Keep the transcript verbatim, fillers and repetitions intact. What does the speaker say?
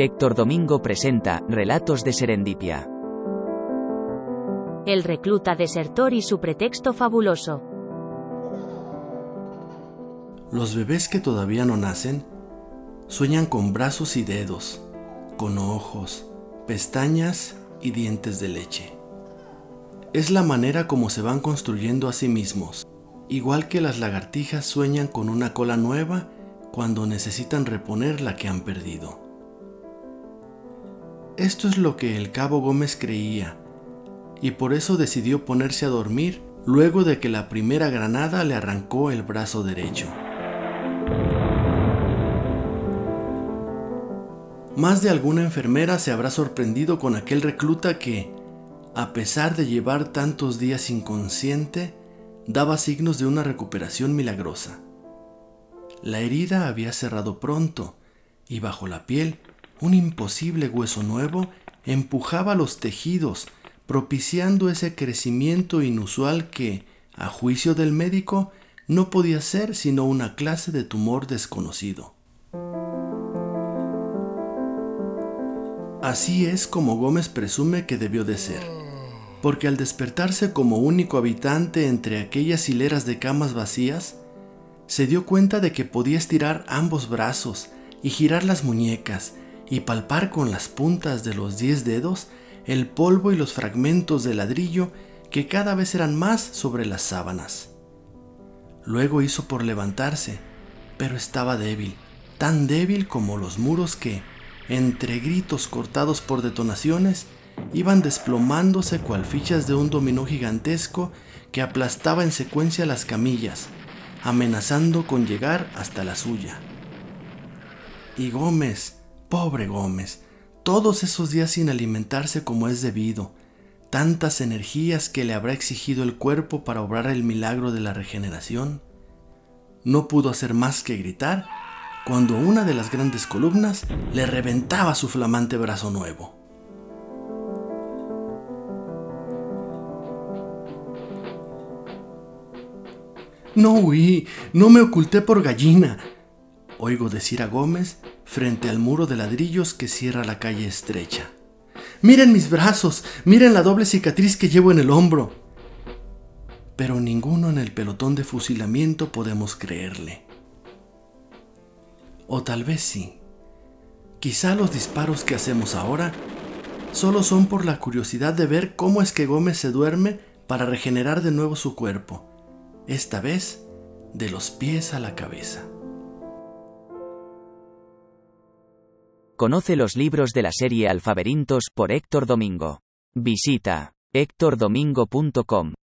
Héctor Domingo presenta Relatos de Serendipia. El recluta desertor y su pretexto fabuloso. Los bebés que todavía no nacen sueñan con brazos y dedos, con ojos, pestañas y dientes de leche. Es la manera como se van construyendo a sí mismos, igual que las lagartijas sueñan con una cola nueva cuando necesitan reponer la que han perdido. Esto es lo que el cabo Gómez creía, y por eso decidió ponerse a dormir luego de que la primera granada le arrancó el brazo derecho. Más de alguna enfermera se habrá sorprendido con aquel recluta que, a pesar de llevar tantos días inconsciente, daba signos de una recuperación milagrosa. La herida había cerrado pronto, y bajo la piel, un imposible hueso nuevo empujaba los tejidos, propiciando ese crecimiento inusual que, a juicio del médico, no podía ser sino una clase de tumor desconocido. Así es como Gómez presume que debió de ser, porque al despertarse como único habitante entre aquellas hileras de camas vacías, se dio cuenta de que podía estirar ambos brazos y girar las muñecas y palpar con las puntas de los diez dedos el polvo y los fragmentos de ladrillo que cada vez eran más sobre las sábanas. Luego hizo por levantarse, pero estaba débil, tan débil como los muros que, entre gritos cortados por detonaciones, iban desplomándose cual fichas de un dominó gigantesco que aplastaba en secuencia las camillas, amenazando con llegar hasta la suya. Y Gómez, pobre Gómez, todos esos días sin alimentarse como es debido, tantas energías que le habrá exigido el cuerpo para obrar el milagro de la regeneración, no pudo hacer más que gritar cuando una de las grandes columnas le reventaba su flamante brazo nuevo. No huí, no me oculté por gallina, oigo decir a Gómez frente al muro de ladrillos que cierra la calle estrecha. Miren mis brazos, miren la doble cicatriz que llevo en el hombro. Pero ninguno en el pelotón de fusilamiento podemos creerle. O tal vez sí. Quizá los disparos que hacemos ahora solo son por la curiosidad de ver cómo es que Gómez se duerme para regenerar de nuevo su cuerpo, esta vez de los pies a la cabeza. Conoce los libros de la serie Alfaberintos por Héctor Domingo. Visita héctor domingo punto com.